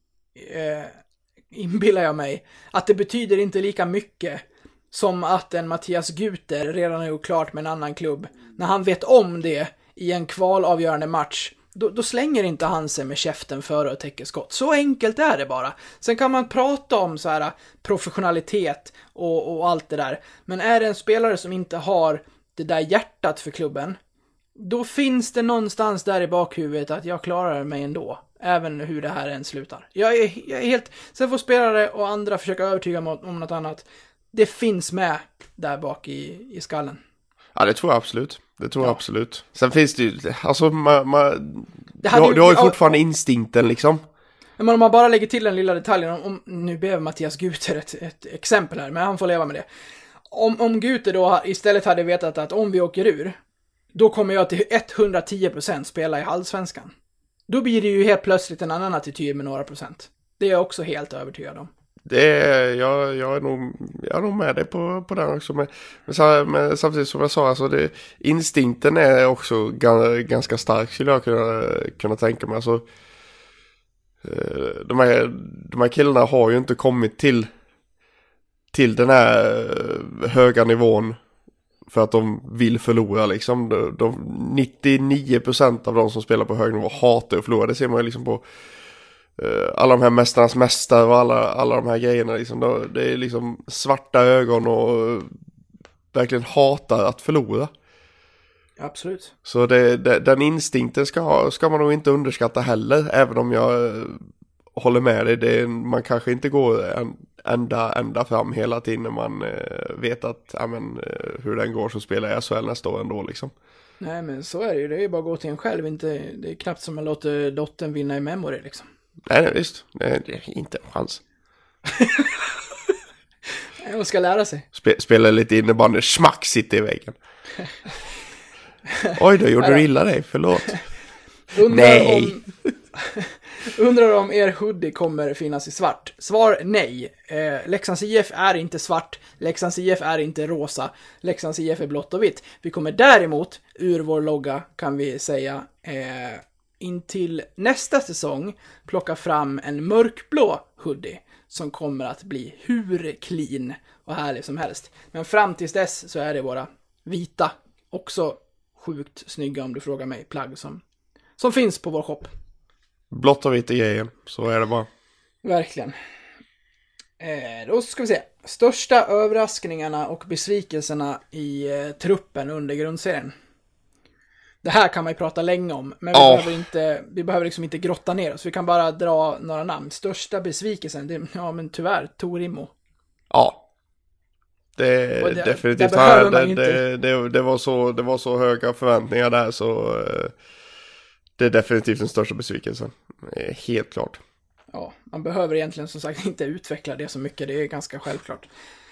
inbillar jag mig att det betyder inte lika mycket som att en Mattias Guter redan har gjort klart med en annan klubb. När han vet om det i en kvalavgörande match, då slänger inte han sig med käften före och täcker skott. Så enkelt är det bara. Sen kan man prata om så här professionalitet och allt det där. Men är det en spelare som inte har det där hjärtat för klubben, då finns det någonstans där i bakhuvudet att jag klarar mig ändå. Även hur det här än slutar. Jag är helt... Sen får spelare och andra försöka övertyga mig om något annat. Det finns med där bak i skallen. Ja, det tror jag absolut. Absolut. Sen finns det ju... Alltså, du har ju fortfarande instinkten liksom. Men om man bara lägger till den lilla detaljen, nu behöver Mattias Guter ett exempel här, men han får leva med det. Om Guter då istället hade vetat att om vi åker ur, då kommer jag till 110% spela i Allsvenskan. Då blir det ju helt plötsligt en annan attityd med några procent. Det är jag också helt övertygad om. Jag är nog med dig på den också. Men samtidigt som jag sa, alltså instinkten är också ganska stark, skulle jag kunna tänka mig. Alltså, de här killarna har ju inte kommit till den här höga nivån för att de vill förlora liksom. 99% av de som spelar på hög nivå hatar att förlora. Det ser man ju liksom på alla de här mästarnas mästare och alla de här grejerna liksom. Det är liksom svarta ögon och verkligen hatar att förlora. Absolut. Så den instinkten ska man nog inte underskatta heller, även om jag håller med dig. Man kanske inte går ända fram hela tiden när man vet att hur den går så spelar jag SHL nästa år ändå liksom. Nej, men så är det ju. Det är ju bara att gå till en själv. Det är knappt som man låter dottern vinna i memory liksom. Nej, visst. Det är inte en chans. Hon ska lära sig. Spela lite innebandy, smack, sitter i väggen. Oj, då gjorde du illa dig, förlåt. Nej. Undrar om er hoodie kommer finnas i svart. Svar nej. Leksands IF är inte svart. Leksands IF är inte rosa. Leksands IF är blått och vitt. Vi kommer däremot, ur vår logga kan vi säga, in till nästa säsong plocka fram en mörkblå hoodie som kommer att bli hur clean och härlig som helst. Men fram tills dess så är det våra vita, också sjukt snygga om du frågar mig, plagg som finns på vår shop. Blått och vitt i grejen, så är det bara. Verkligen. Då ska vi se. Största överraskningarna och besvikelserna i truppen under grundserien. Det här kan man ju prata länge om, men vi behöver liksom inte grotta ner oss. Vi kan bara dra några namn. Största besvikelsen, men tyvärr, Torimo. Ja. Det definitivt. Det var så höga förväntningar där, så det är definitivt den största besvikelsen. Helt klart. Ja, man behöver egentligen som sagt inte utveckla det så mycket. Det är ganska självklart.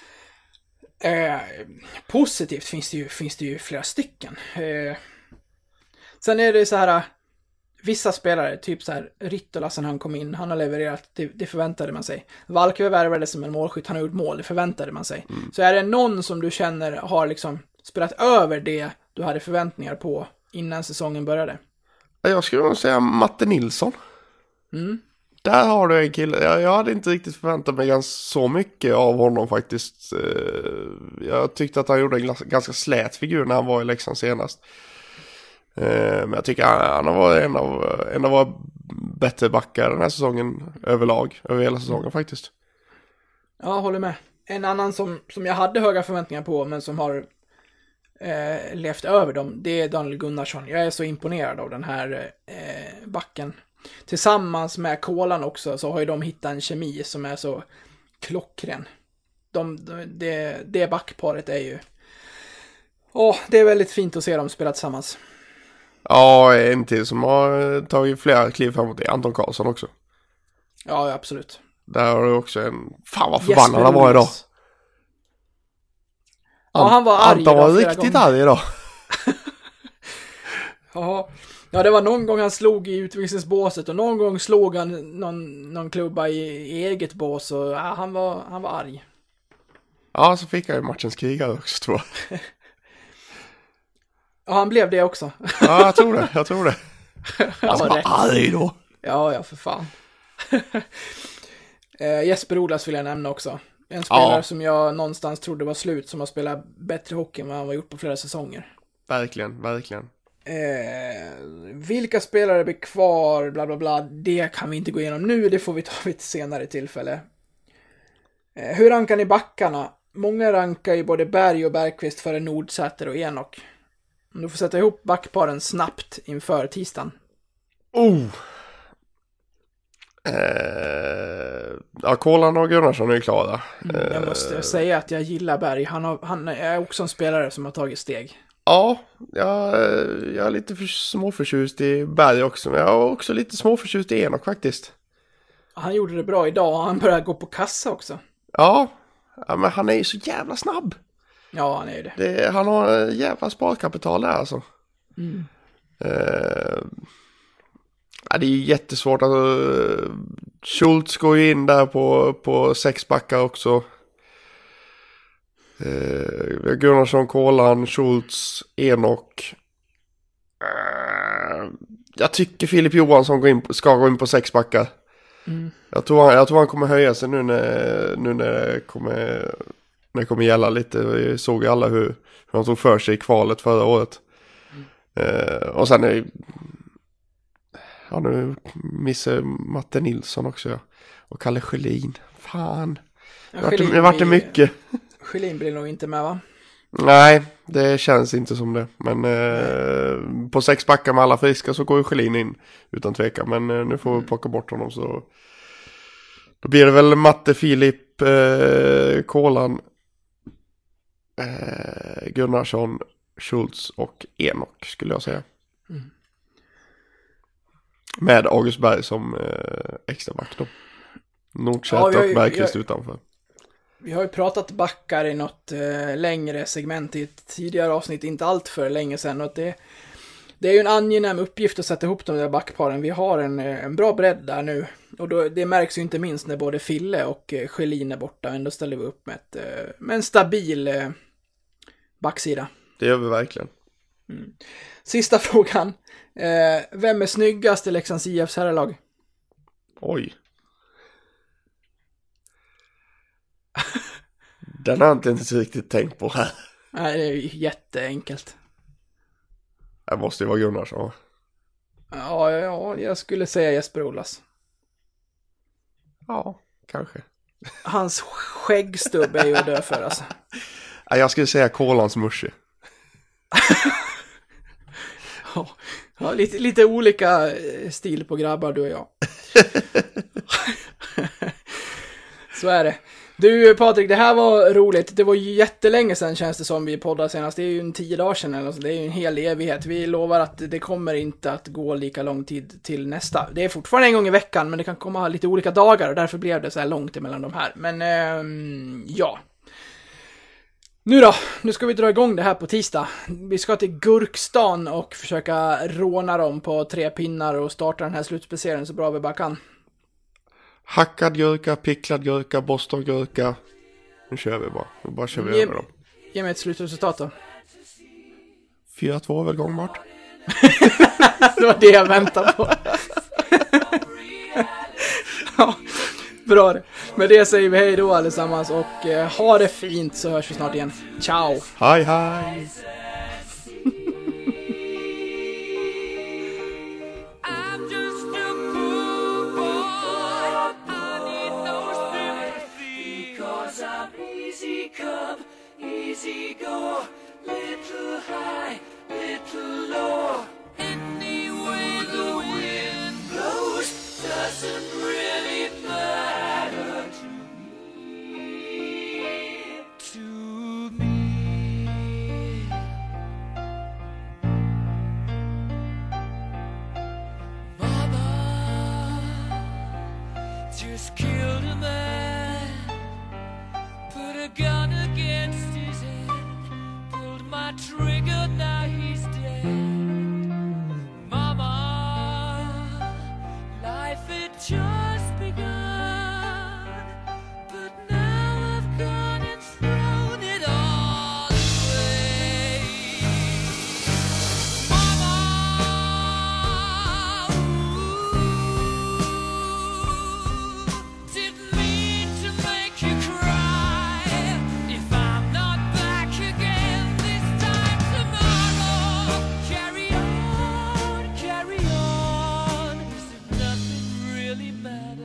Positivt finns det ju flera stycken. Sen är det så här, vissa spelare, typ så här Rittola sen han kom in, han har levererat, det förväntade man sig. Valkve värvade som en målskytt, han har gjort mål, det förväntade man sig. Så är det någon som du känner har liksom spelat över det du hade förväntningar på innan säsongen började? Jag skulle nog säga Matte Nilsson. Där har du en kille. Jag hade inte riktigt förväntat mig ganska så mycket av honom faktiskt. Jag tyckte att han gjorde en ganska slät figur när han var i Leksand senast. Men jag tycker han har varit en av våra bättre backar den här säsongen överlag. Över hela säsongen faktiskt. Ja, håller med. En annan som jag hade höga förväntningar på, men som har levt över dem, det är Daniel Gunnarsson. Jag är så imponerad av den här backen. Tillsammans med Kolan också så har ju de hittat en kemi som är så klockren. Det backparet är ju... det är väldigt fint att se dem spela tillsammans. Ja, en till som har tagit flera kliv framåt är Anton Karlsson också. Ja, absolut. Där har du också en... Fan vad förbannad han var idag. Ja, han var arg. Anton var riktigt arg idag. Ja, det var någon gång han slog i utvisningsbåset och någon gång slog han någon klubba i eget bås och han var arg. Ja, så fick han ju matchens krigare också, tror jag. Ja, han blev det också. Ja, jag tror det. Han var arg då. Ja, för fan. Jesper Odlas vill jag nämna också. En spelare som jag någonstans trodde var slut, som har spelat bättre hockey än vad han var gjort på flera säsonger. Verkligen. Vilka spelare blir kvar, bla bla bla, det kan vi inte gå igenom nu, det får vi ta vid ett senare tillfälle. Hur rankar ni backarna? Många rankar ju både Berg och Bergqvist före Nordsäter och Enok. Du får sätta ihop backparen snabbt inför tisdagen. Kolan och Gunnarsson är ju klara. Jag måste säga att jag gillar Berg. Han är också en spelare som har tagit steg. Ja, jag är lite småförtjust i Berg också. Men jag är också lite småförtjust i Enok faktiskt. Han gjorde det bra idag och han började gå på kassa också. Ja, men han är ju så jävla snabb. Ja, han är det. Han har jävla sparkapital där alltså. Det är ju jättesvårt. Schultz går ju in där på 6 backar också. Gunnarsson, Kolan, Schultz, Enok. Jag tycker Filip Johansson ska gå in på 6 backar. Jag tror han kommer höja sig nu när det kommer gälla lite. Vi såg ju alla hur han tog för sig i kvalet förra året. Och sen är nu missar Matte Nilsson också. Och Kalle Sjölin. Fan. Det vart det mycket. Sjölin blir nog inte med, va? Nej, det känns inte som det. Men på 6 backar med alla friska så går ju Sjölin in utan tvekan. Men nu får vi plocka bort honom, så då blir det väl Matte, Filip, Kolan, Gunnarsson, Schultz och Enok skulle jag säga. Med August Berg som extra back då. Nordsäter och Bergqvist utanför. Vi har ju pratat backar i något längre segment i ett tidigare avsnitt, inte allt för länge sedan. Och det är ju en angenäm uppgift att sätta ihop de där backparen. Vi har en bra bredd där nu. Och då, det märks ju inte minst när både Fille och Schelin är borta. Ändå ställer vi upp med en stabil backsida. Det gör vi verkligen. Sista frågan. Vem är snyggast i Leksands IFs herrlag? Oj. Den har jag inte riktigt tänkt på här. Nej, det är ju jätteenkelt. Det måste ju vara Gunnarsson. Ja, jag skulle säga Jesper Olas. Ja, kanske. Hans skäggstubb är ju att dö för alltså. Ja, jag skulle säga Kolans Musche. Ja, lite olika stil på grabbar, du och jag. Så är det. Du Patrik, det här var roligt. Det var ju jättelänge sedan känns det som vi poddade senast. Det är ju 10 dagar sedan eller så. Det är ju en hel evighet. Vi lovar att det kommer inte att gå lika lång tid till nästa. Det är fortfarande en gång i veckan, men det kan komma lite olika dagar och därför blev det så här långt emellan de här. Men ja. Nu ska vi dra igång det här på tisdag. Vi ska till Gurkstan och försöka råna dem på 3 pinnar och starta den här slutspecialen så bra vi bara kan. Hackad gurka, picklad gurka, bostongurka. Nu kör vi bara. Nu bara kör vi över dem. Ge mig ett slutresultat då. 4-2 är väl gångbart? Det var det jag väntade på. Ja, bra det. Med det säger vi hej då allesammans och ha det fint så hörs vi snart igen. Ciao! Hej hej! Easy go, little high, little low. Any way the wind blows doesn't really matter to me. To me. Mama just killed a man, put a gun against his head, pulled my trigger, now he's dead. Mama, life had just begun, but now I've gone and thrown it all away. Mama, didn't mean to make you cry. If I'm not back again this time tomorrow, carry on, as if nothing really matters.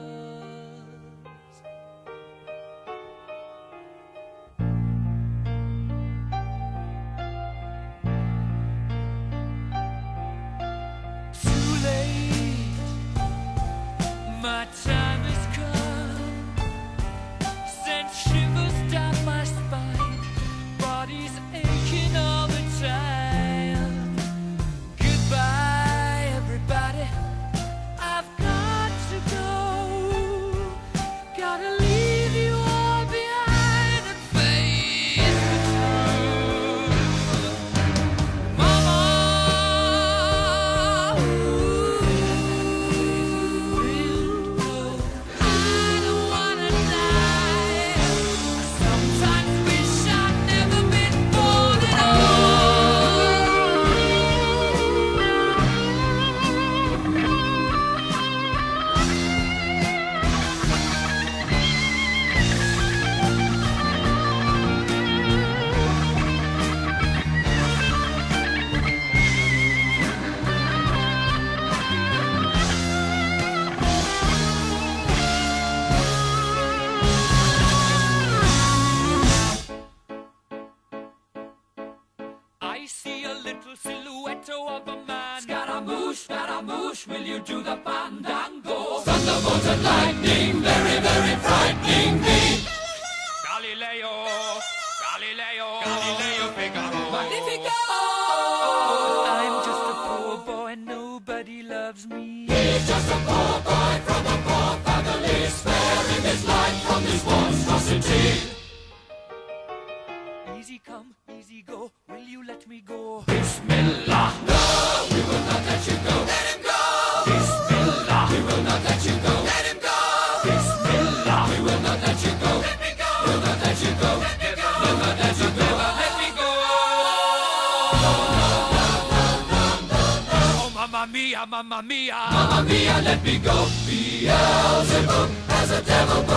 Too late, my time has come. Sent shivers down my spine, body's aching all the time. Goodbye, everybody, I've got to go. Gotta leave you all behind and face the truth. Mama, I don't wanna die. I sometimes wish I'd never been born at all. I see a little silhouette of a man. Scaramouche, will you do the fandango? Thunderbolt and lightning, very, very frightening me. Galileo, Figaro. Magnifico! I'm just a poor boy, nobody loves me. He's just a poor boy from a poor family, sparing his life from this monstrosity. Easy come. come, easy go, will you let me go? Oh, mamma mia, mamma mia. Mamma mia, let me go. Beelzebub has a devil